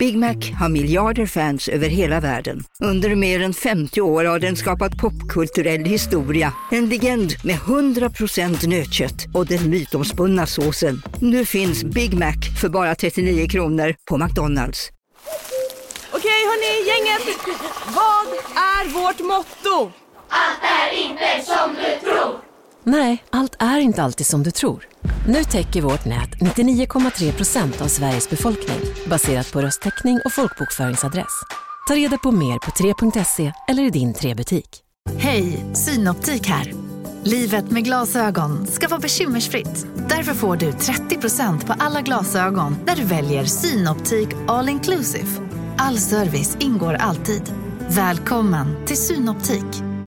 Big Mac har miljarder fans över hela världen. Under mer än 50 år har den skapat popkulturell historia. En legend med 100% nötkött och den mytomspunna såsen. Nu finns Big Mac för bara 39 kronor på McDonald's. Okej hörni, gänget! Vad är vårt motto? Allt är inte som du tror. Nej, allt är inte alltid som du tror. Nu täcker vårt nät 99,3% av Sveriges befolkning baserat på röstteckning och folkbokföringsadress. Ta reda på mer på 3.se eller i din 3-butik. Hej, Synoptik här. Livet med glasögon ska vara bekymmersfritt. Därför får du 30% på alla glasögon när du väljer Synoptik All Inclusive. All service ingår alltid. Välkommen till Synoptik.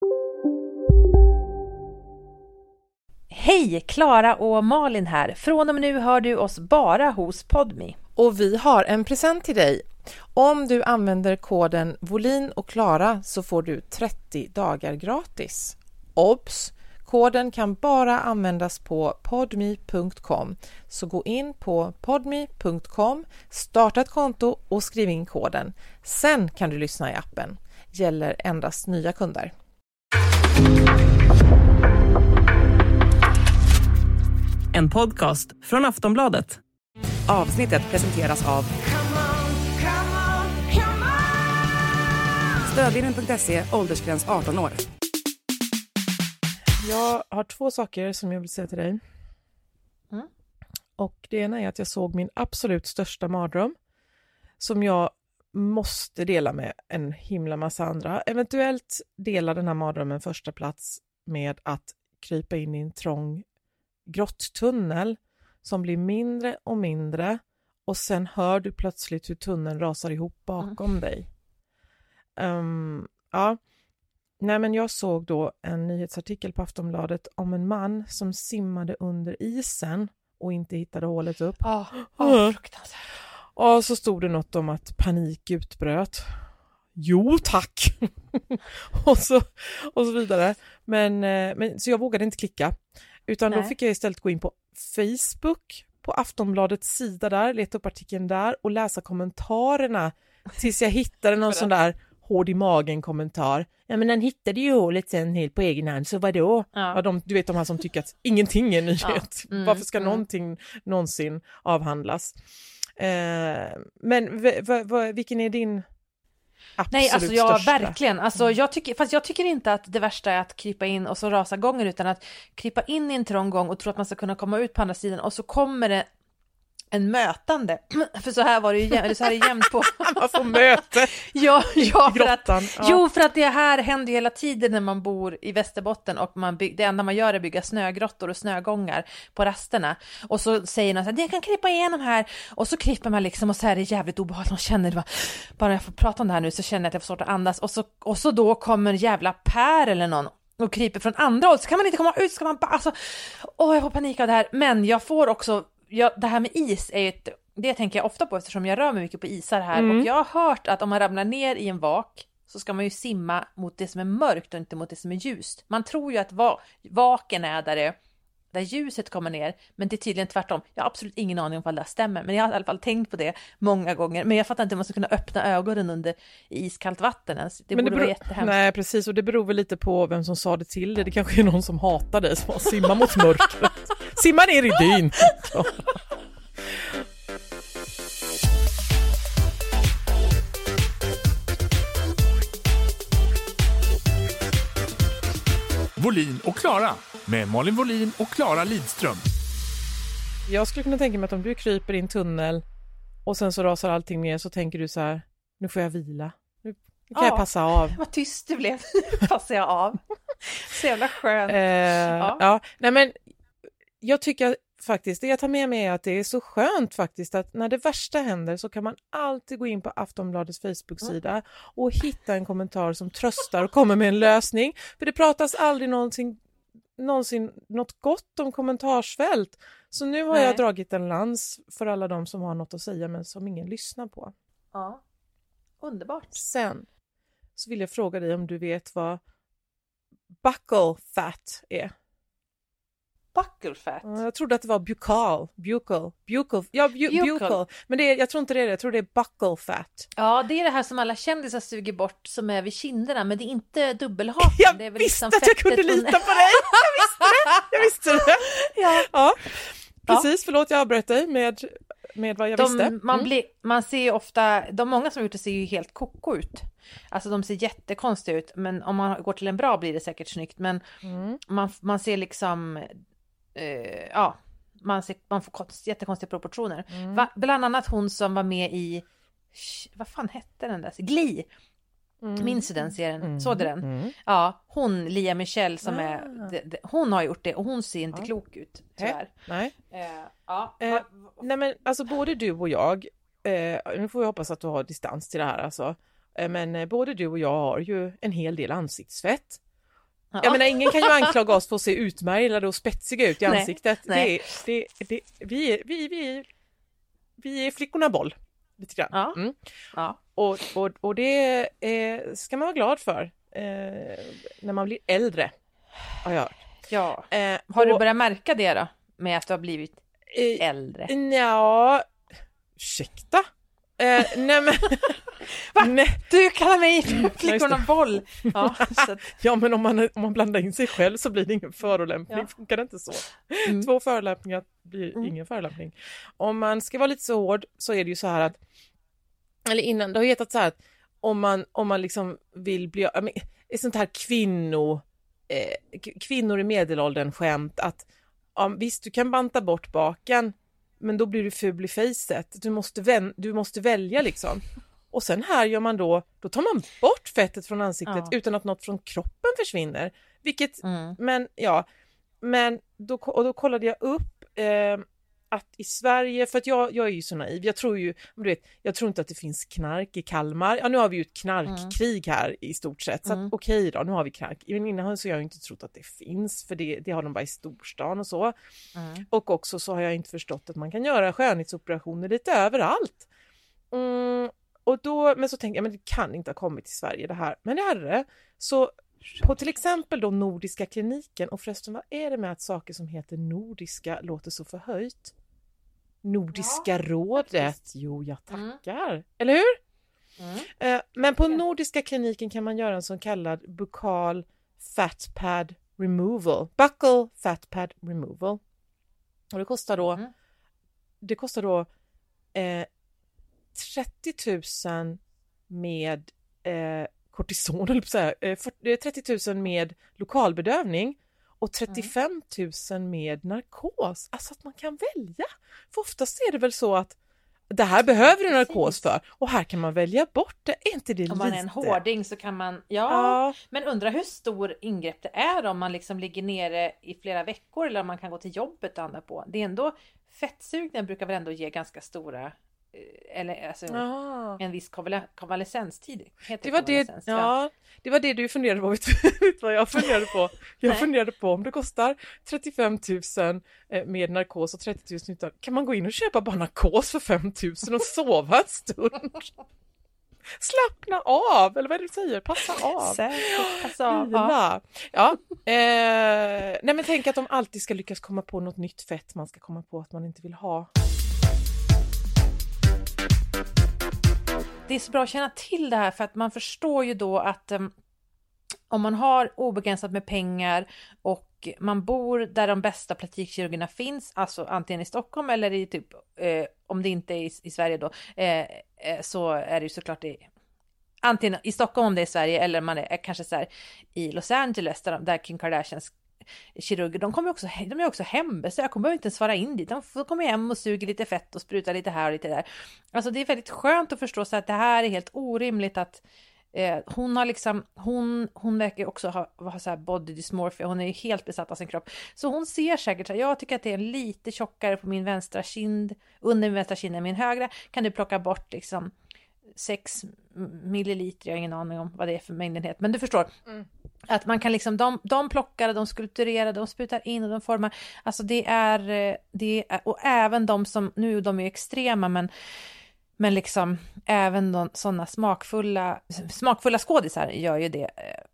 Hej, Klara och Malin här. Från och med nu hör du oss bara hos Podme. Och vi har en present till dig. Om du använder koden Volin och Klara så får du 30 dagar gratis. Obs! Koden kan bara användas på podme.com. Så gå in på podme.com, starta ett konto och skriv in koden. Sen kan du lyssna i appen. Gäller endast nya kunder. En podcast från Aftonbladet. Avsnittet presenteras av Stödlinjen.se, åldersgräns 18 år. Jag har 2 saker som jag vill säga till dig. Och det ena är att jag såg min absolut största mardröm som jag måste dela med en himla massa andra. Eventuellt dela den här mardrömmen första plats med att krypa in i en trång grotttunnel som blir mindre och mindre och sen hör du plötsligt hur tunneln rasar ihop bakom dig. Ja. Nej, men jag såg då en nyhetsartikel på Aftonbladet om en man som simmade under isen och inte hittade hålet upp. Fruktansvärt. Och så stod det något om att panik utbröt. Jo, tack! och så vidare. Men så jag vågade inte klicka. Utan då fick jag istället gå in på Facebook, på Aftonbladets sida där, leta upp artikeln där och läsa kommentarerna tills jag hittade någon sån där hård i magen kommentar. Ja, men han hittade ju hålet sen helt på egen hand, så vadå? Ja, du vet de här som tycker att ingenting är nyhet. Varför ska någonting någonsin avhandlas? Men vilken är din absolut Nej, alltså jag största? Verkligen. Alltså, jag tycker inte att det värsta är att krypa in och så rasa gången, utan att krypa in i en trång gång och tro att man ska kunna komma ut på andra sidan och så kommer det en mötande. För så här var det ju eller så här är det jämnt på. Man får möte. ja, grottan. Jo, för att det här händer hela tiden när man bor i Västerbotten och det enda man gör är bygga snögrottor och snögångar på rasterna. Och så säger någon så här, jag kan krypa igenom här. Och så kryper man liksom och så här är det jävligt obehagligt. Man känner det bara jag får prata om det här nu så känner jag att jag får svårt att andas. Och så då kommer jävla Per eller någon och kryper från andra håll. Så kan man inte komma ut. Ska man bara, alltså, jag får panik av det här. Men jag får också, det här med is är ju det tänker jag ofta på eftersom jag rör mig mycket på isar här. Och jag har hört att om man ramlar ner i en vak så ska man ju simma mot det som är mörkt och inte mot det som är ljust. Man tror ju att vaken är där ljuset kommer ner, men det är tydligen tvärtom. Jag har absolut ingen aning om vad det stämmer, men jag har i alla fall tänkt på det många gånger. Men jag fattar inte om man ska kunna öppna ögonen under iskallt vatten ens. Det borde vara jättehemskt. Nej, precis, och det beror väl lite på vem som sa det till dig. Det kanske är någon som hatar dig som simmar mot mörkret. Simma ner i dyn! Volin och Klara med Malin Volin och Klara Lidström. Jag skulle kunna tänka mig att om du kryper i en tunnel och sen så rasar allting ner så tänker du så här, nu får jag vila. Nu kan jag passa av. Vad tyst du blev. Nu passar jag av. Så jävla skönt. Nej men jag tycker faktiskt, det jag tar med mig är att det är så skönt faktiskt att när det värsta händer så kan man alltid gå in på Aftonbladets Facebook-sida och hitta en kommentar som tröstar och kommer med en lösning. För det pratas aldrig någonsin något gott om kommentarsfält. Så nu har jag dragit en lans för alla de som har något att säga men som ingen lyssnar på. Ja, underbart. Sen så vill jag fråga dig om du vet vad buccal fat är. Buccal fat. Jag trodde att det var buccal. Ja, buccal. Men jag tror inte det är det. Jag tror det är buccal fat. Ja, det är det här som alla kändisar suger bort som är vid kinderna. Men det är inte dubbelhaken. Jag det är väl visste liksom att jag kunde lita på dig. Jag visste det. Ja. Precis, förlåt jag avbröt dig med vad jag visste. Man ser ju ofta, många som har gjort det ser ju helt koko ut. Alltså de ser jättekonstiga ut, men om man går till en bra blir det säkert snyggt. Men man ser liksom, man får jättekonstiga proportioner. Bland annat hon som var med i, vad fan hette den där? Glee. Minns du den serien? Såg du den? Ja, hon, Lia Michelle som hon har gjort det och hon ser inte klok ut, tyvärr. Nej. Nej men alltså både du och jag, nu får jag hoppas att du har distans till det här alltså. Men både du och jag har ju en hel del ansiktsfett. Ja. Jag menar, ingen kan ju anklaga oss för att se utmärglade och spetsiga ut i ansiktet. Nej. Vi är flickorna boll. Lite grann. Ja. Och det ska man vara glad för när man blir äldre. Har jag hört. Ja. Har du börjat märka det då? Med att du har blivit äldre? Ja, ursäkta. Nej men nej. Du kallar mig flickorna boll. Ja, men om man blandar in sig själv så blir det ingen förolämpning. Funkar det inte så? 2 förolämpningar blir ingen förolämpning. Om man ska vara lite så hård så är det ju så här att, eller innan, det har hetat så här att om man liksom vill bli, sånt här kvinnor i medelåldern skämt att visst, du kan banta bort baken, men då blir du ful i facet. Du måste välja liksom. Och sen här gör man då tar man bort fettet från ansiktet utan att något från kroppen försvinner. Vilket, men då kollade jag upp att i Sverige, för att jag är ju så naiv, jag tror inte att det finns knark i Kalmar. Ja, nu har vi ju ett knarkkrig här i stort sett, så att, okej då, nu har vi knark. Men innan så har jag inte trott att det finns, för det har de bara i storstan och så. Och också så har jag inte förstått att man kan göra skönhetsoperationer lite överallt. Men så tänkte jag, men det kan inte ha kommit till Sverige det här. Men det hade det. Så på till exempel då Nordiska kliniken, och förresten vad är det med att saker som heter nordiska låter så förhöjt? Nordiska rådet. Faktiskt. Jo, jag tackar. Eller hur? Men på Nordiska kliniken kan man göra en så kallad buccal fat pad removal. Buccal fat pad removal. Och det kostar då 30 000 med kortison, eller så här, 30 000 med lokalbedövning och 35 000 med narkos. Alltså att man kan välja. För oftast är det väl så att det här behöver du narkos för, och här kan man välja bort det. Är inte det lite? Om man är en hårding så kan man, men undra hur stor ingrepp det är om man liksom ligger nere i flera veckor eller om man kan gå till jobbet och andra på. Det är ändå, fettsugningen brukar väl ändå ge ganska stora, eller alltså en viss konvalescenstid. Det var det du funderade på. Vet vad jag funderade på? Jag funderade på om det kostar 35 000 med narkos och 30 000 utan. Kan man gå in och köpa bara narkos för 5 000 och sova en stund? Slappna av, eller vad är det du säger? Passa av. Passa av. Ja. Nej, men tänk att de alltid ska lyckas komma på något nytt fett man ska komma på att man inte vill ha. Det är så bra att känna till det här, för att man förstår ju då att om man har obegränsat med pengar och man bor där de bästa plastikkirurgerna finns, alltså antingen i Stockholm eller i typ, om det inte är i Sverige då, så är det ju såklart antingen i Stockholm om det är Sverige, eller man är kanske så här i Los Angeles där Kim Kardashians kirurger, de är också hembesök, de behöver inte ens svara in dit, de kommer hem och suger lite fett och sprutar lite här och lite där. Alltså det är väldigt skönt att förstå så att det här är helt orimligt att hon har liksom, hon verkar också ha så här body dysmorphia, hon är ju helt besatt av sin kropp, så hon ser säkert så här, jag tycker att det är lite tjockare på min vänstra kind, under min vänstra kind än min högra, kan du plocka bort liksom 6 milliliter, jag har ingen aning om vad det är för mängdenhet, men du förstår. Att man kan liksom, de plockar, de skulpturerar, de sprutar in och de formar, alltså det är och även de som, nu de är extrema, men liksom även sådana smakfulla skådisar gör ju det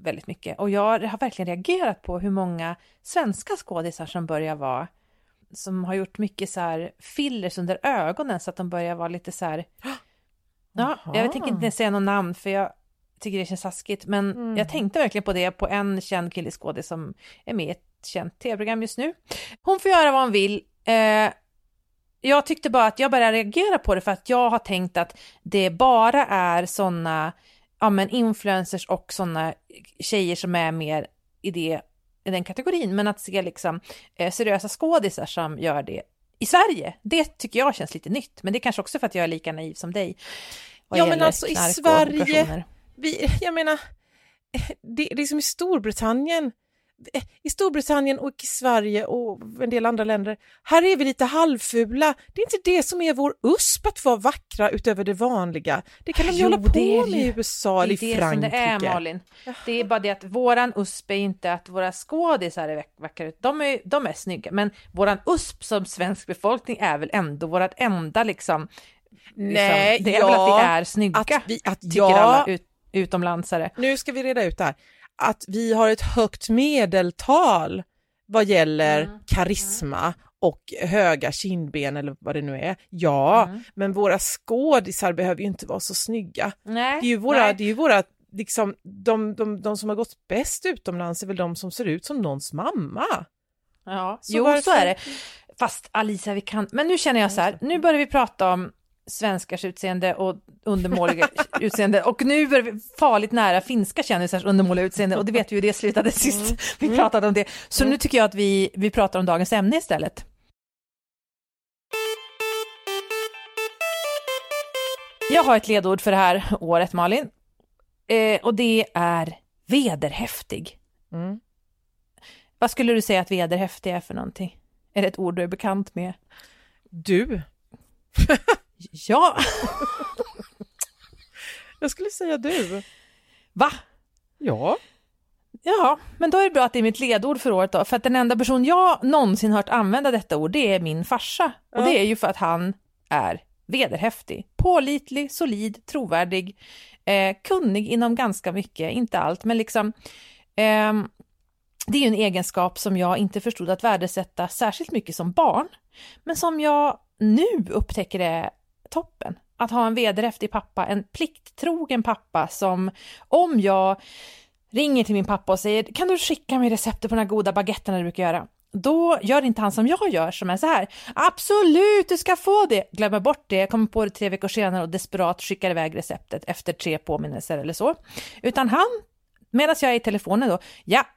väldigt mycket. Och jag har verkligen reagerat på hur många svenska skådisar som har gjort mycket så här fillers under ögonen så att de börjar vara lite så här. Ja, jag tänker inte säga någon namn för jag tycker det känns taskigt. Men jag tänkte verkligen på det på en känd killiskådis som är med i ett känt tv-program just nu. Hon får göra vad hon vill. Jag tyckte bara att jag började reagera på det för att jag har tänkt att det bara är såna influencers och såna tjejer som är mer i den kategorin. Men att se liksom seriösa skådisar som gör det i Sverige, det tycker jag känns lite nytt. Men det är kanske också för att jag är lika naiv som dig. Ja, men alltså i Sverige, jag menar, det är som i Storbritannien och i Sverige och en del andra länder, här är vi lite halvfula. Det är inte det som är vår USP att vara vackra utöver det vanliga. Det kan de hålla på med i USA eller i Frankrike. Det är Malin. Det är bara det att våran USP är inte att våra skådisar är vackra ut. De är snygga, men våran USP som svensk befolkning är väl ändå vårat enda liksom. Nej, det är väl att vi är snygga. Tycker alla utomlandsare. Nu ska vi reda ut det här. Att vi har ett högt medeltal vad gäller karisma och höga kindben eller vad det nu är. Ja, men våra skådisar behöver ju inte vara så snygga. Nej, det är ju våra liksom, de som har gått bäst utomlands är väl de som ser ut som någons mamma. Ja, så är det. Fast Alicia, men nu känner jag så här, nu börjar vi prata om svenskars utseende och undermåliga utseende och nu är vi farligt nära finska kändisars undermåliga utseende och det vet vi ju, det slutade sist vi pratade om det. Så nu tycker jag att vi pratar om dagens ämne istället. Jag har ett ledord för det här året, Malin, och det är vederhäftig. Vad skulle du säga att vederhäftig är för någonting? Är det ett ord du är bekant med? Du. Ja. Jag skulle säga du. Va? Ja. Ja, men då är det bra att det är mitt ledord för året då. För att den enda person jag någonsin hört använda detta ord, det är min farsa. Och det är ju för att han är vederhäftig. Pålitlig, solid, trovärdig, kunnig inom ganska mycket. Inte allt, men liksom... det är ju en egenskap som jag inte förstod att värdesätta särskilt mycket som barn. Men som jag nu upptäcker är toppen. Att ha en vederhäftig pappa, en plikttrogen pappa som om jag ringer till min pappa och säger kan du skicka mig receptet på den här goda baguetterna du brukar göra? Då gör inte han som jag gör som är så här. Absolut, du ska få det. Glömmer bort det, kommer på det 3 veckor senare och desperat skickar iväg receptet efter 3 påminnelser eller så. Utan han, medan jag är i telefonen då,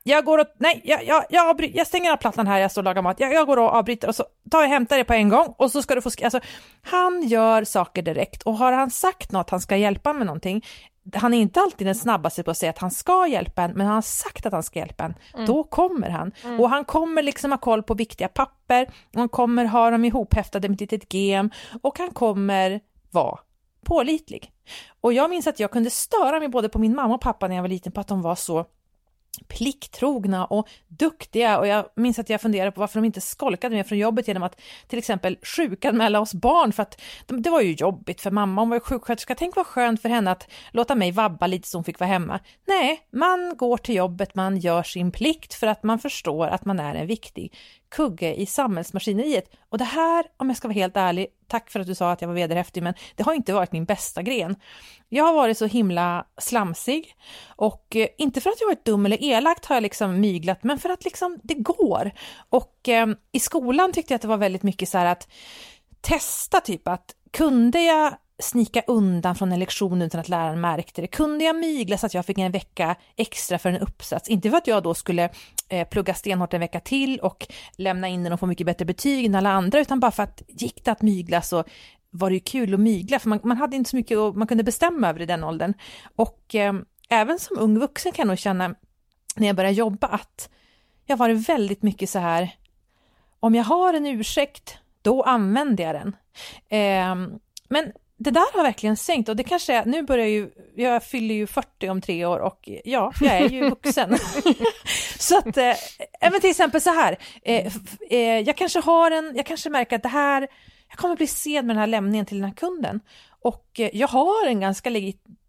jag stänger av plattan här, jag står och lagar mat, jag går och avbryter och så tar jag och hämtar det på en gång och så ska du få, alltså han gör saker direkt och har han sagt något, han ska hjälpa med någonting, han är inte alltid den snabbaste på att säga att han ska hjälpa en, men han har sagt att han ska hjälpa en, då kommer han. Och han kommer liksom ha koll på viktiga papper, och han kommer ha dem ihophäftade med ett litet gem och han kommer vara pålitlig. Och jag minns att jag kunde störa mig både på min mamma och pappa när jag var liten på att de var så plikttrogna och duktiga, och jag minns att jag funderade på varför de inte skolkade mig från jobbet genom att till exempel sjukanmäla oss barn, för att det var ju jobbigt för mamma, hon var ju sjuksköterska, tänk vad skönt för henne att låta mig vabba lite så hon fick vara hemma. Nej, man går till jobbet, man gör sin plikt för att man förstår att man är en viktig kugge i samhällsmaskineriet. Och det här, om jag ska vara helt ärlig, tack för att du sa att jag var vederhäftig, men det har inte varit min bästa gren. Jag har varit så himla slamsig, och inte för att jag varit dum eller elakt har jag liksom myglat, men för att liksom det går. Och i skolan tyckte jag att det var väldigt mycket så här att testa, typ att kunde jag snika undan från en lektion utan att läraren märkte det? Kunde jag mygla så att jag fick en vecka extra för en uppsats? Inte för att jag då skulle plugga stenhårt en vecka till och lämna in den och få mycket bättre betyg än alla andra, utan bara för att gick det att mygla så var det ju kul att mygla, för man hade inte så mycket man kunde bestämma över i den åldern. Och även som ung vuxen kan jag nog känna när jag började jobba att jag var väldigt mycket så här, om jag har en ursäkt, då använder jag den. Men det där har verkligen sänkt, och det kanske är, nu börjar jag fyller ju 40 om 3 år och ja, jag är ju vuxen. Så att, även till exempel så här, jag kanske märker att det här, jag kommer bli sen med den här lämningen till den här kunden, och jag har en ganska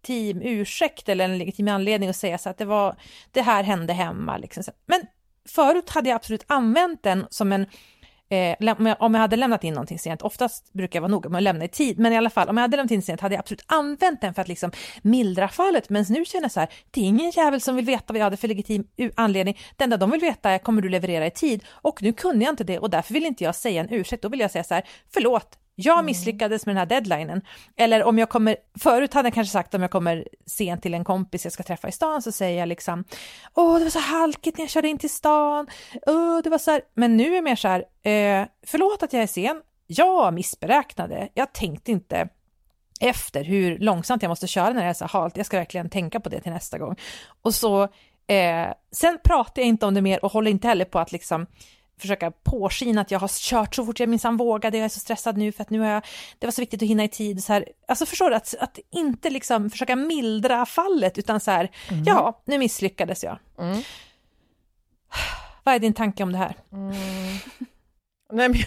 legitim ursäkt eller en legitim anledning att säga så att det här hände hemma. Liksom. Men förut hade jag absolut använt den som en om jag hade lämnat in någonting sent, oftast brukar jag vara noga med att lämna i tid, men i alla fall om jag hade lämnat in sent hade jag absolut använt den för att liksom mildra fallet, men nu känner jag så här, det är ingen jävel som vill veta vad jag hade för legitim anledning, det enda de vill veta är kommer du leverera i tid, och nu kunde jag inte det och därför vill inte jag säga en ursäkt, då vill jag säga så här, förlåt, jag misslyckades med den här deadlinen. Eller om jag kommer, förut hade jag kanske sagt om jag kommer sent till en kompis jag ska träffa i stan, så säger jag liksom, det var så halkigt när jag körde in till stan, det var så här. Men nu är jag mer så här, förlåt att jag är sen, jag missberäknade, jag tänkte inte efter hur långsamt jag måste köra när det är så halt, jag ska verkligen tänka på det till nästa gång. Och så sen pratar jag inte om det mer och håller inte heller på att liksom försöka påskina att jag har kört så fort jag minsann vågade, jag är så stressad nu för att nu har det var så viktigt att hinna i tid så här. Alltså förstår du att inte liksom försöka mildra fallet utan så här, ja, nu misslyckades jag. Vad är din tanke om det här? Nej, men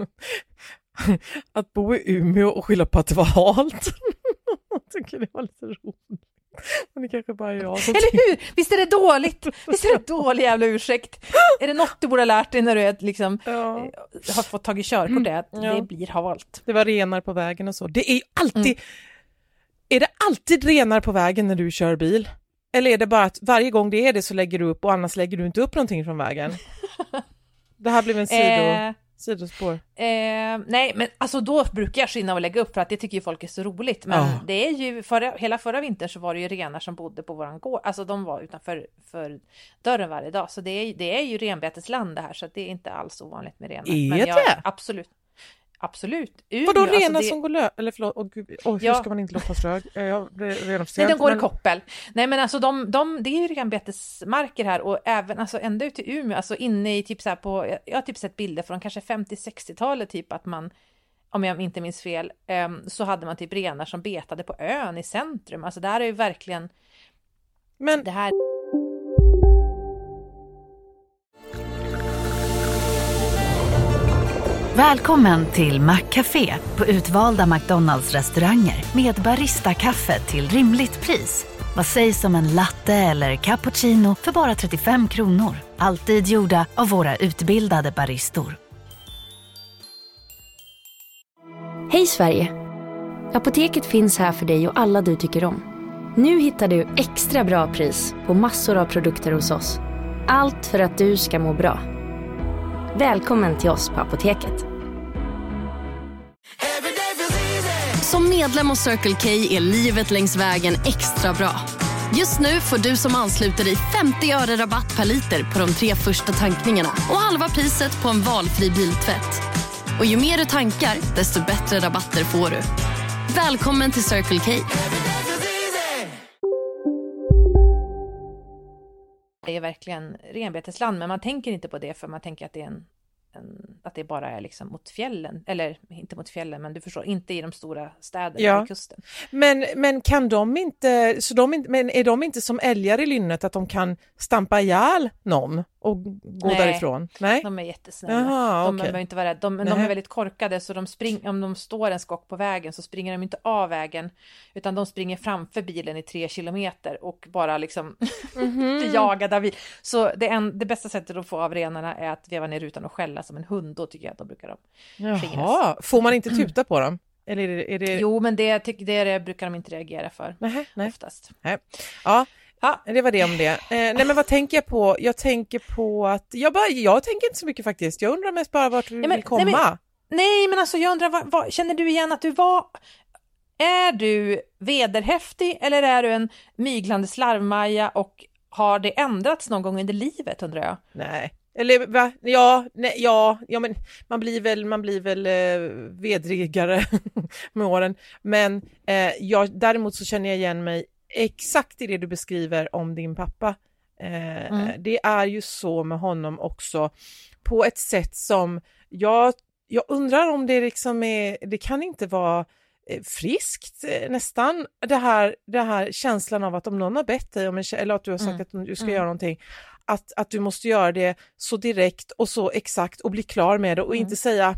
att bo i Umeå och skylla på att det var halt. Jag tycker det var lite roligt. Men det kanske bara är jag som eller hur? Visst är det dåligt? Visst är det dålig jävla ursäkt? Är det något du borde ha lärt dig när du är liksom, har fått tag i körkort? Det blir halt. Det var renar på vägen och så. Det är ju alltid... Är det alltid renar på vägen när du kör bil? Eller är det bara att varje gång det är det så lägger du upp och annars lägger du inte upp någonting från vägen? Det här blev en sidospår. Nej, men alltså då brukar jag skynda och lägga upp för att det tycker ju folk är så roligt. Men det är ju, hela förra vintern så var det ju renar som bodde på våran gård. Alltså de var utanför för dörren varje dag. Så det är ju renbetesland det här, så det är inte alls ovanligt med renar. Är men det? Absolut. Vadå renar som går hur ska man inte låtsas rög? Nej, de går i koppel. Nej, men alltså det är ju renbetesmarker här och även alltså ända ut till Umeå, alltså inne i typ så här på, jag har typ sett bilder från kanske 50-60-talet typ att man, om jag inte minns fel, så hade man typ renar som betade på ön i centrum. Alltså det här är ju verkligen det här. Välkommen till Maccafé på utvalda McDonalds-restauranger med barista-kaffe till rimligt pris. Vad sägs om en latte eller cappuccino för bara 35 kronor? Alltid gjorda av våra utbildade baristor. Hej Sverige! Apoteket finns här för dig och alla du tycker om. Nu hittar du extra bra pris på massor av produkter hos oss. Allt för att du ska må bra. Välkommen till oss på Apoteket. Som medlem hos Circle K är livet längs vägen extra bra. Just nu får du som ansluter dig 50 öre rabatt per liter på de 3 första tankningarna och halva priset på en valfri biltvätt. Och ju mer du tankar, desto bättre rabatter får du. Välkommen till Circle K. Det är verkligen renbetesland, men man tänker inte på det för man tänker att det är att det bara är liksom mot fjällen, eller inte mot fjällen, men du förstår, inte i de stora städerna vid kusten. Men kan de inte, men är de inte som älgar i lynnet att de kan stampa ihjäl någon och gå därifrån? Nej, de är jättesnälla. De behöver inte vara rädda. De är väldigt korkade, så om de står en skock på vägen så springer de inte av vägen, utan de springer framför bilen i 3 kilometer och bara liksom jagade av bil. Så det bästa sättet att få av renarna är att veva ner rutan och skälla som en hund. Då tycker jag att de brukar skingras. Jaha, får man inte tuta på dem? Eller är det... Jo, men det brukar de inte reagera för. Nej. Oftast. Nej. Ja, det var det om det. Nej, men vad tänker jag på? Jag tänker på att jag tänker inte så mycket faktiskt. Jag undrar mest bara vart du vill komma. Nej, men alltså jag undrar, vad känner du igen att du var... Är du vederhäftig eller är du en myglande slarvmaja och har det ändrats någon gång under livet, undrar jag? Nej. Eller va? Ja, men man blir väl vedrigare med åren. Men däremot så känner jag igen mig exakt i det du beskriver om din pappa. Det är ju så med honom också på ett sätt som jag undrar om det liksom det kan inte vara friskt nästan, det här känslan av att om någon har bett dig eller att du har sagt att du ska göra någonting, att du måste göra det så direkt och så exakt och bli klar med det och inte säga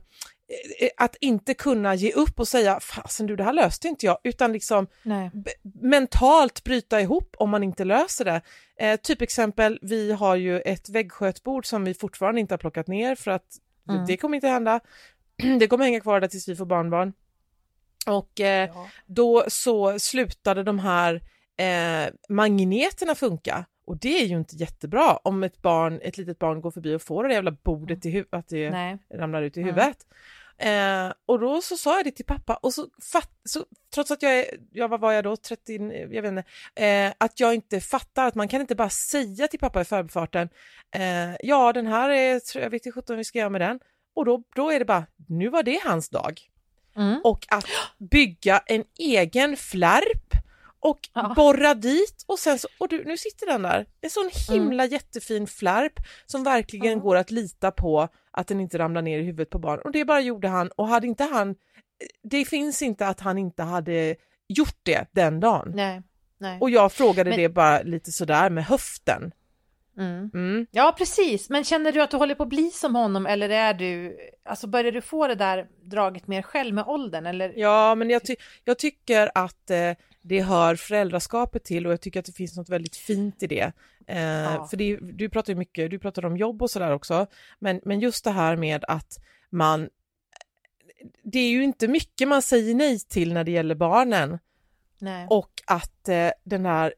att inte kunna ge upp och säga fasen du, det här löste inte jag, utan liksom mentalt bryta ihop om man inte löser det. Typ exempel, vi har ju ett väggskötbord som vi fortfarande inte har plockat ner för att det kommer inte hända. Det kommer hänga kvar där tills vi får barnbarn. Och då så slutade de här magneterna funka. Och det är ju inte jättebra om ett litet barn går förbi och får det jävla bordet i huvudet, att det ramlar ut i huvudet. Och då så sa jag det till pappa och så trots att vad var jag då, 30, jag vet inte, att jag inte fattar att man kan inte bara säga till pappa i förbifarten, ja den här är, jag vet inte vad vi ska göra med den. Och då är det bara, nu var det hans dag. Och att bygga en egen flärp och borra dit och sen så, nu sitter den där, en sån himla jättefin flärp som verkligen går att lita på att den inte ramlar ner i huvudet på barn. Och det bara gjorde han, och hade inte han, det finns inte att han inte hade gjort det den dagen. Nej. Och jag frågade det bara lite sådär med höften. Ja, precis. Men känner du att du håller på att bli som honom, eller är du, alltså börjar du få det där draget mer själv med åldern? Eller? Ja, men jag tycker att det hör föräldraskapet till, och jag tycker att det finns något väldigt fint i det. För du pratar ju mycket, du pratar om jobb och sådär också, men just det här med att det är ju inte mycket man säger nej till när det gäller barnen. Nej. Och att den där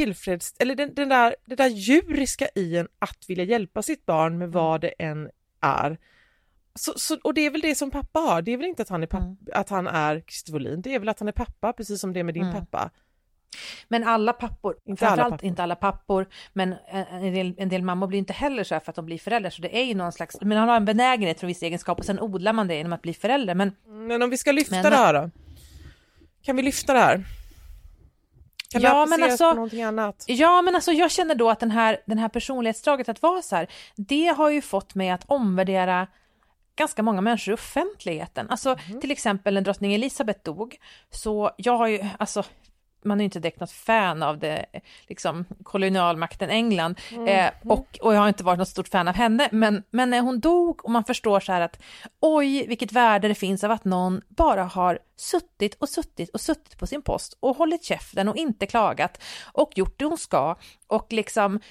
det där djuriska i en att vilja hjälpa sitt barn med vad det än är. Och det är väl det som pappa har. Det är väl inte att han är att han är Christer Wåhlin. Det är väl att han är pappa, precis som det är med din pappa. Men alla pappor, inte alla pappor, men en del mammor blir inte heller så här för att de blir föräldrar, så det är ju någon slags, men han har en benägenhet för vissa egenskaper och sen odlar man det genom att bli förälder. Men om vi ska lyfta det här då? Kan vi lyfta det här? Kan det appliceras på någonting annat? Ja, men alltså jag känner då att den här personlighetsdraget att vara så här, det har ju fått mig att omvärdera ganska många människor i offentligheten. Alltså till exempel när drottning Elisabeth dog, så jag har ju, alltså man är ju inte direkt något fan av det, liksom kolonialmakten England, och jag har inte varit något stort fan av henne, men när hon dog och man förstår så här att oj, vilket värde det finns av att någon bara har suttit på sin post och hållit käften och inte klagat och gjort det hon ska, och liksom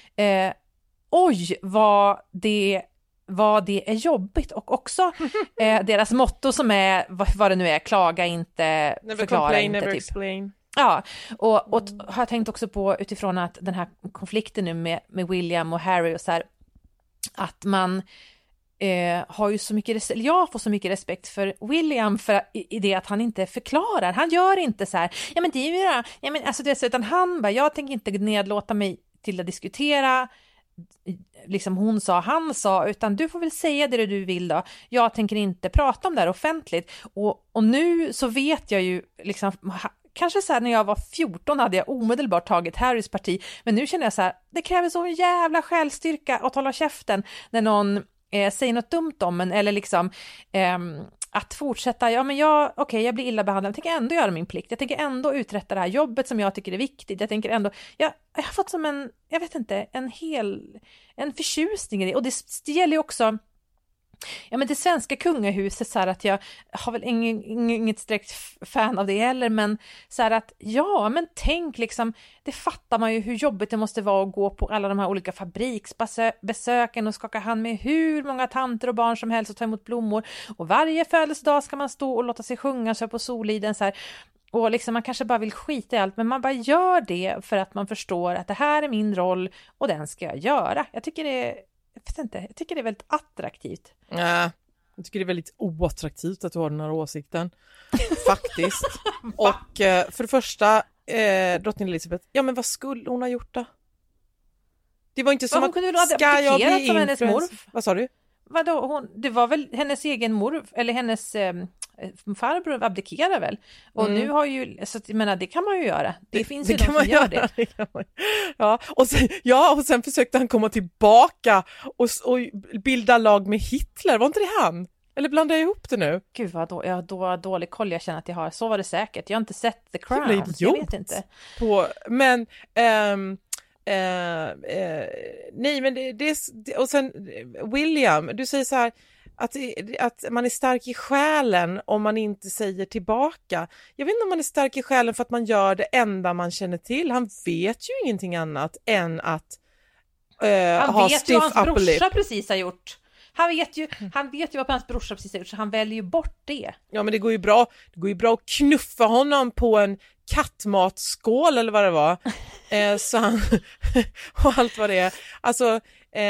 oj, vad det är jobbbt, och också deras motto som är, vad det nu är, klaga inte, förklara inte, never typ. Explain. Ja, och har jag tänkt också på utifrån att den här konflikten nu med William och Harry och så här, att man har ju så mycket jag får så mycket respekt för William för i det att han inte förklarar, han gör inte så här, ja men det är ju, ja men alltså det, utan han bara, jag tänker inte nedlåta mig till att diskutera liksom han sa, utan du får väl säga det du vill då. Jag tänker inte prata om det här offentligt. Och nu så vet jag ju liksom, kanske så här när jag var 14 hade jag omedelbart tagit Harrys parti, men nu känner jag så här, det kräver så jävla självstyrka att hålla käften när någon säger något dumt om en, eller liksom att fortsätta, ja men jag blir illa behandlad, jag tänker ändå göra min plikt, jag tänker ändå uträtta det här jobbet som jag tycker är viktigt, jag tänker ändå, jag har fått som en förtjusning i det, och det gäller ju också det svenska kungahuset, så här att jag har väl inget direkt fan av det heller, men så här att men tänk liksom, det fattar man ju hur jobbigt det måste vara att gå på alla de här olika fabriksbesöken och skaka hand med hur många tanter och barn som helst och ta emot blommor, och varje födelsedag ska man stå och låta sig sjunga så på Soliden så här. Och liksom man kanske bara vill skita i allt, men man bara gör det för att man förstår att det här är min roll och den ska jag göra. Jag tycker det är väldigt attraktivt. Ja, jag tycker det är väldigt oattraktivt att du har den här åsikten. Faktiskt. Och för det första, drottning Elisabeth, ja men vad skulle hon ha gjort då? Det var inte som att, ska jag bli influencer? Vad sa du? Vadå, det var väl hennes egen mor, eller hennes farbror abdikerade väl. Och nu har ju, så jag menar, det kan man ju göra. Det finns ju de som gör det. Och sen försökte han komma tillbaka och bilda lag med Hitler. Var inte det han? Eller blandar jag ihop det nu? Gud vad jag har dålig koll, jag känner att jag har. Så var det säkert. Jag har inte sett The Crown. Jag vet inte. Men nej, men det och sen William, du säger så här, att man är stark i själen om man inte säger tillbaka. Jag vet inte om man är stark i själen för att man gör det enda man känner till. Han vet ju ingenting annat än att ha stiff upper lip. Han vet ju vad hans brorsa precis har gjort. Han vet ju vad hans brorsa precis har gjort, så han väljer ju bort det. Ja, men det går ju bra att knuffa honom på en kattmatskål eller vad det var. Så han, och allt vad det är. Alltså,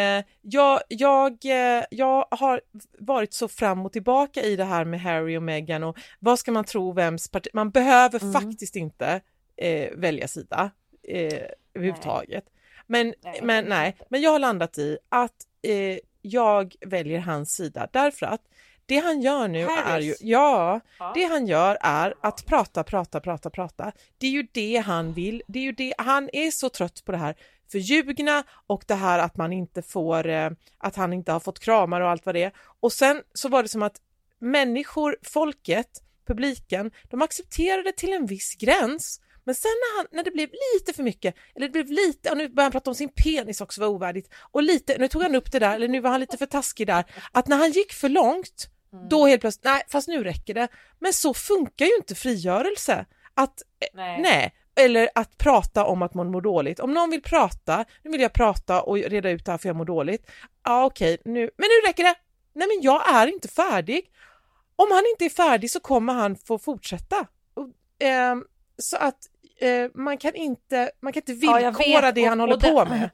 jag har varit så fram och tillbaka i det här med Harry och Meghan, och vad ska man tro vems parti? Man behöver faktiskt inte välja sida överhuvudtaget. Men jag har landat i att jag väljer hans sida därför att det han gör nu är ju, det han gör är att prata. Det är ju det han vill. Det är ju det, han är så trött på det här förljugna och det här att man inte får, att han inte har fått kramar och allt vad det är. Och sen så var det som att människor, folket, publiken, de accepterade till en viss gräns. Men sen när det blev lite för mycket, eller det blev lite, och nu började han prata om sin penis också, var ovärdigt, och lite, nu tog han upp det där, eller nu var han lite för taskig där, att när han gick för långt, då helt plötsligt, nej, fast nu räcker det. Men så funkar ju inte frigörelse. Nej, eller att prata om att man mår dåligt. Om någon vill prata, nu vill jag prata och reda ut det här för jag mår dåligt. Ja, okej, men nu räcker det. Nej, men jag är inte färdig. Om han inte är färdig så kommer han få fortsätta. Så att man kan inte villkora det han håller på med.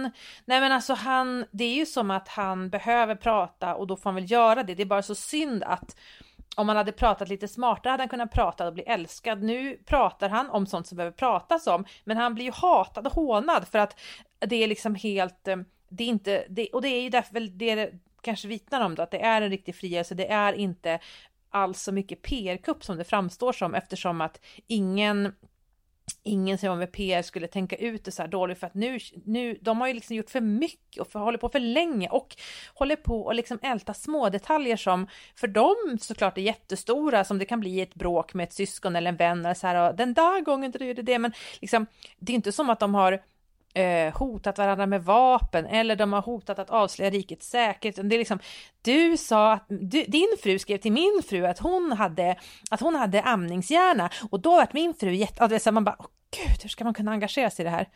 Det är ju som att han behöver prata och då får han väl göra det. Det är bara så synd att om han hade pratat lite smartare hade han kunnat prata och bli älskad. Nu pratar han om sånt som behöver pratas om, men han blir ju hatad och hånad för att det är liksom helt, det är inte, det, och det är ju därför väl det kanske vittnar om då, att det är en riktig frigörelse. Det är inte alls så mycket PR-kupp som det framstår som, eftersom att ingen som var med PR skulle tänka ut det så här dåligt, för att nu de har ju liksom gjort för mycket och håller på för länge och håller på och liksom älta små detaljer som för dem såklart är jättestora, som det kan bli ett bråk med ett syskon eller en vän eller så här, och den där gången du gjorde det, men liksom det är inte som att de har hotat varandra med vapen eller de har hotat att avslöja rikets säkerhet. Det är liksom, du sa att din fru skrev till min fru att hon hade amningshjärna, och då var min fru man bara, åh gud, hur ska man kunna engagera sig i det här?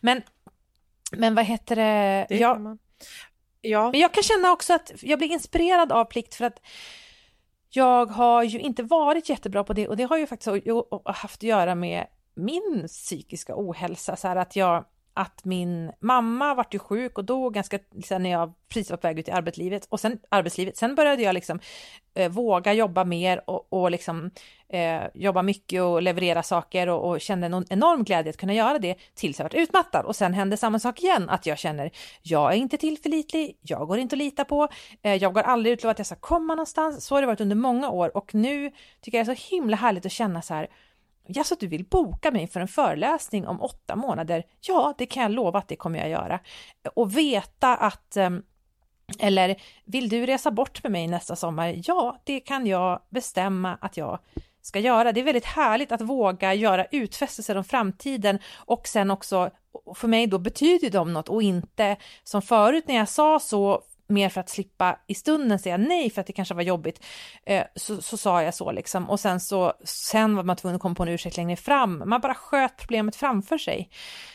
Men vad heter det? Men jag kan känna också att jag blir inspirerad av Plikt, för att jag har ju inte varit jättebra på det, och det har ju faktiskt haft att göra med min psykiska ohälsa, så här att min mamma vart ju sjuk och då ganska liksom, när jag precis var på väg ut i arbetslivet. Sen började jag liksom våga jobba mer och liksom jobba mycket och leverera saker och kände en enorm glädje att kunna göra det tills jag varit utmattad. Och sen hände samma sak igen, att jag känner, jag är inte tillförlitlig, jag går inte att lita på, jag går aldrig utlova att jag ska komma någonstans. Så har det varit under många år, och nu tycker jag det är så himla härligt att känna så här, ja, så att du vill boka mig för en föreläsning om 8 månader. Ja, det kan jag lova att det kommer jag göra. Och veta att, eller vill du resa bort med mig nästa sommar? Ja, det kan jag bestämma att jag ska göra. Det är väldigt härligt att våga göra utfästelser om framtiden, och sen också, för mig då betyder de något, och inte som förut när jag sa så mer för att slippa i stunden säga nej för att det kanske var jobbigt, så sa jag så liksom, och sen var man tvungen att komma på en ursäkt längre fram. Man bara sköt problemet framför sig.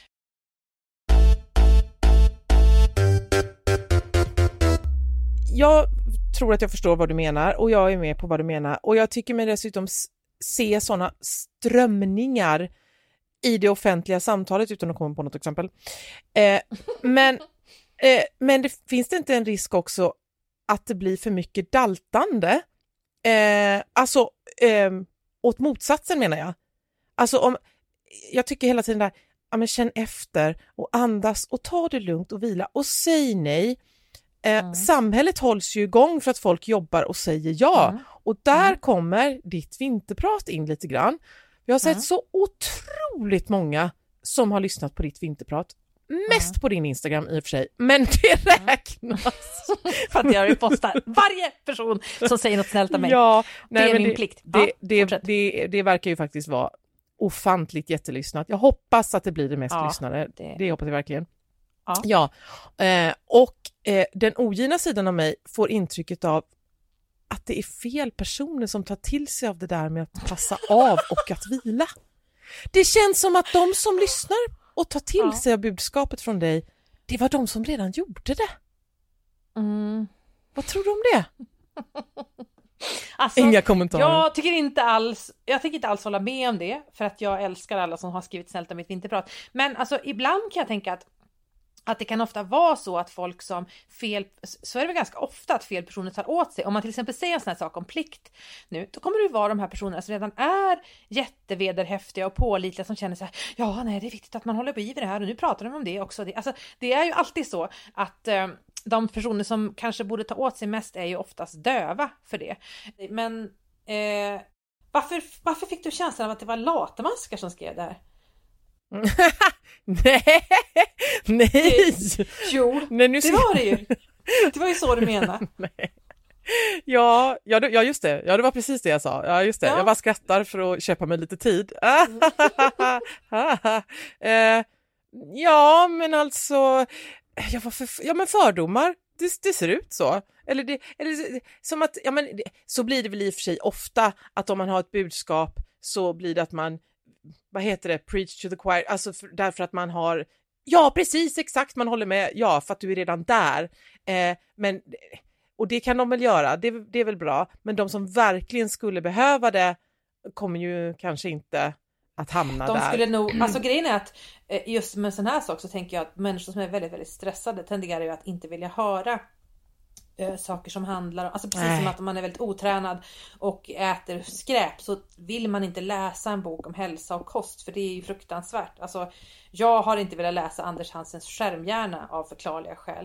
Jag tror att jag förstår vad du menar, och jag är med på vad du menar, och jag tycker mig dessutom se sådana strömningar i det offentliga samtalet, utan att komma på något exempel. Men finns det inte en risk också att det blir för mycket daltande? Åt motsatsen menar jag. Alltså jag tycker hela tiden där, ja, men känn efter och andas och ta det lugnt och vila och säg nej. Samhället hålls ju igång för att folk jobbar och säger ja. Och där kommer ditt vinterprat in lite grann. Jag har sett så otroligt många som har lyssnat på ditt vinterprat. Mest på din Instagram i och för sig, men det räknas. För att jag repostar varje person som säger något snällt om mig. Ja, det är min plikt. Det verkar ju faktiskt vara ofantligt jättelyssnat. Jag hoppas att det blir det mest lyssnade. Det hoppas jag verkligen. Och den ogina sidan av mig får intrycket av att det är fel personer som tar till sig av det där med att passa av och att vila. Det känns som att de som lyssnar och tar till sig av budskapet från dig, det var de som redan gjorde det. Vad tror du om det? Alltså, inga kommentarer. Jag tänker inte alls hålla med om det, för att jag älskar alla som har skrivit snällt om mitt vinterprat. Men alltså, ibland kan jag tänka att det kan ofta vara så att folk som så är det väl ganska ofta att fel personer tar åt sig. Om man till exempel säger en sån här sak om plikt nu, då kommer det vara de här personerna som redan är jättevederhäftiga och pålitliga, som känner så här: ja, nej, det är viktigt att man håller på i det här, och nu pratar de om det också. Alltså, det är ju alltid så att de personer som kanske borde ta åt sig mest är ju oftast döva för det. Men varför fick du känslan av att det var latemaskar som skrev det här? Nej. Jo, nej, det var det ju. Det var ju så du menade. Nej. Ja, just det. Ja, det var precis det jag sa. Ja, just det. Ja. Jag bara skrattar för att köpa mig lite tid. Ja, men alltså... men fördomar. Det ser ut så. Eller som att... Ja, men så blir det väl i och för sig ofta att om man har ett budskap så blir det att man... Vad heter det? Preach to the choir. Alltså därför att man har... Ja, precis, exakt. Man håller med. Ja, för att du är redan där. Men... Och det kan de väl göra, det är väl bra. Men de som verkligen skulle behöva det kommer ju kanske inte att hamna där. De skulle nog, alltså grejen är att just med sån här sak så tänker jag att människor som är väldigt, väldigt stressade tenderar ju att inte vilja höra saker som handlar om, alltså precis som att om man är väldigt otränad och äter skräp, så vill man inte läsa en bok om hälsa och kost, för det är ju fruktansvärt. Alltså jag har inte velat läsa Anders Hansens skärmhjärna av förklarliga skäl.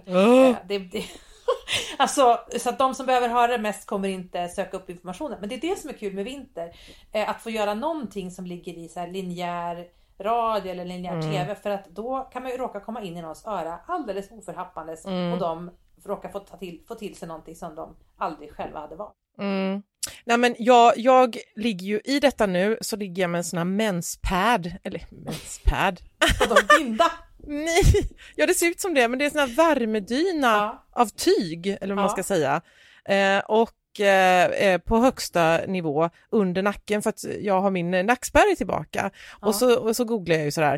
Alltså, så att de som behöver höra det mest kommer inte söka upp informationen. Men det är det som är kul med vinter, att få göra någonting som ligger i så här linjär radio eller linjär tv, för att då kan man ju råka komma in i någons öra alldeles oförhappandes och de råkar få till sig någonting som de aldrig själva hade valt. Nej, men jag ligger ju i detta nu, så ligger jag med en sån här menspad. Och de binda. Nej, ja, det ser ut som det, men det är en sån här värmedyna av tyg, eller vad man ska säga. Och på högsta nivå under nacken, för att jag har min nackspärr tillbaka. Och så googlar jag ju sådär,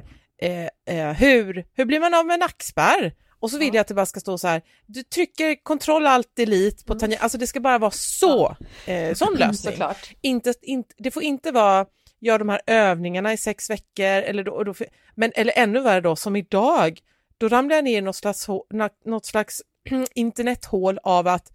hur blir man av med nackspärr? Och så vill jag att det bara ska stå så här: du trycker Ctrl Alt Delete på tangent. Alltså det ska bara vara så, sån lösning. Såklart. Det får inte vara gör de här övningarna i 6 veckor eller ännu värre då, som idag, då ramlar jag ner i något slags internethål av att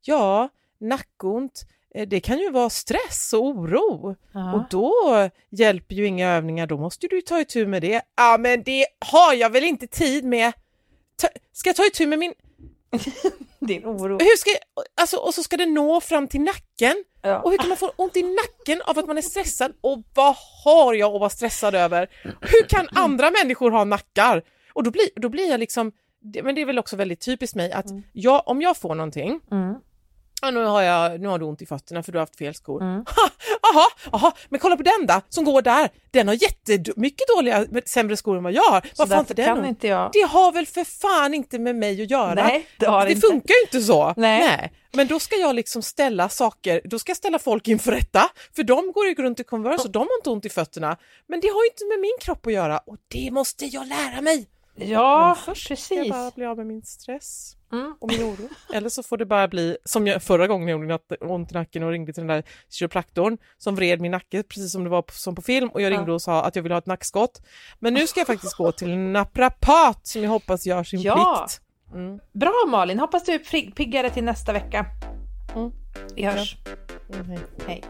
nackont, det kan ju vara stress och oro. Och då hjälper ju inga övningar, då måste du ta itu med det. Ja, men det har jag väl inte tid med. Ska jag ta itu med min din oro? Hur ska jag, och så ska det nå fram till nacken. Och hur kan man få ont i nacken av att man är stressad? Och vad har jag att vara stressad över? Hur kan andra människor ha nackar? Och då blir jag liksom, men det är väl också väldigt typiskt mig att om jag får någonting, nu har du ont i fötterna för du har haft fel skor. Aha, men kolla på den där som går där. Den har jättemycket sämre skor än vad jag har. Varför inte den? Kan inte jag. Det har väl för fan inte med mig att göra. Nej, det funkar ju inte så. Nej. Men då ska jag liksom ställa folk inför rätta. För de går ju runt i Converse och de har inte ont i fötterna. Men det har ju inte med min kropp att göra. Och det måste jag lära mig. Ja, först precis. Ska jag bara bli av med min stress och min oro. Eller så får det bara bli som jag förra gången jag gjorde ont i nacken och ringde till den där kiropraktorn som vred min nacke precis som det var som på film, och jag ringde och sa att jag ville ha ett nackskott. Men nu ska jag faktiskt gå till en naprapat som jag hoppas gör sin plikt. Bra Malin, hoppas du är piggare till nästa vecka. Vi hörs. Hej.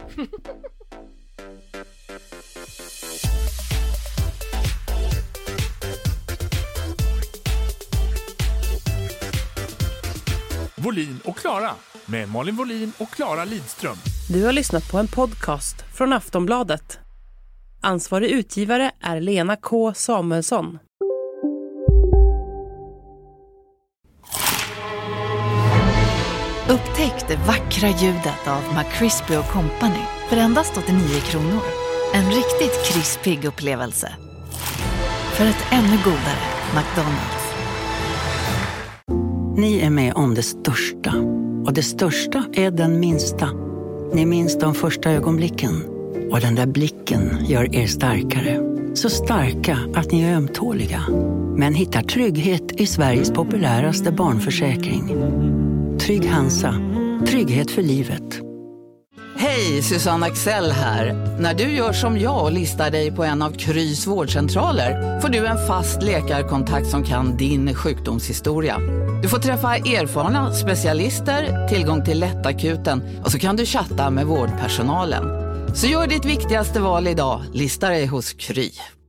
Volin och Klara med Malin Volin och Klara Lidström. Du har lyssnat på en podcast från Aftonbladet. Ansvarig utgivare är Lena K. Samuelsson. Upptäck det vackra ljudet av McCrispy & Company för endast 89 kronor. En riktigt krispig upplevelse. För ett ännu godare McDonald's. Ni är med om det största. Och det största är den minsta. Ni minns de första ögonblicken. Och den där blicken gör er starkare. Så starka att ni är ömtåliga. Men hittar trygghet i Sveriges populäraste barnförsäkring. Trygg Hansa. Trygghet för livet. Hej, Susanne Axel här. När du gör som jag och listar dig på en av Krys vårdcentraler får du en fast läkarkontakt som kan din sjukdomshistoria. Du får träffa erfarna specialister, tillgång till lättakuten och så kan du chatta med vårdpersonalen. Så gör ditt viktigaste val idag, lista dig hos Kry.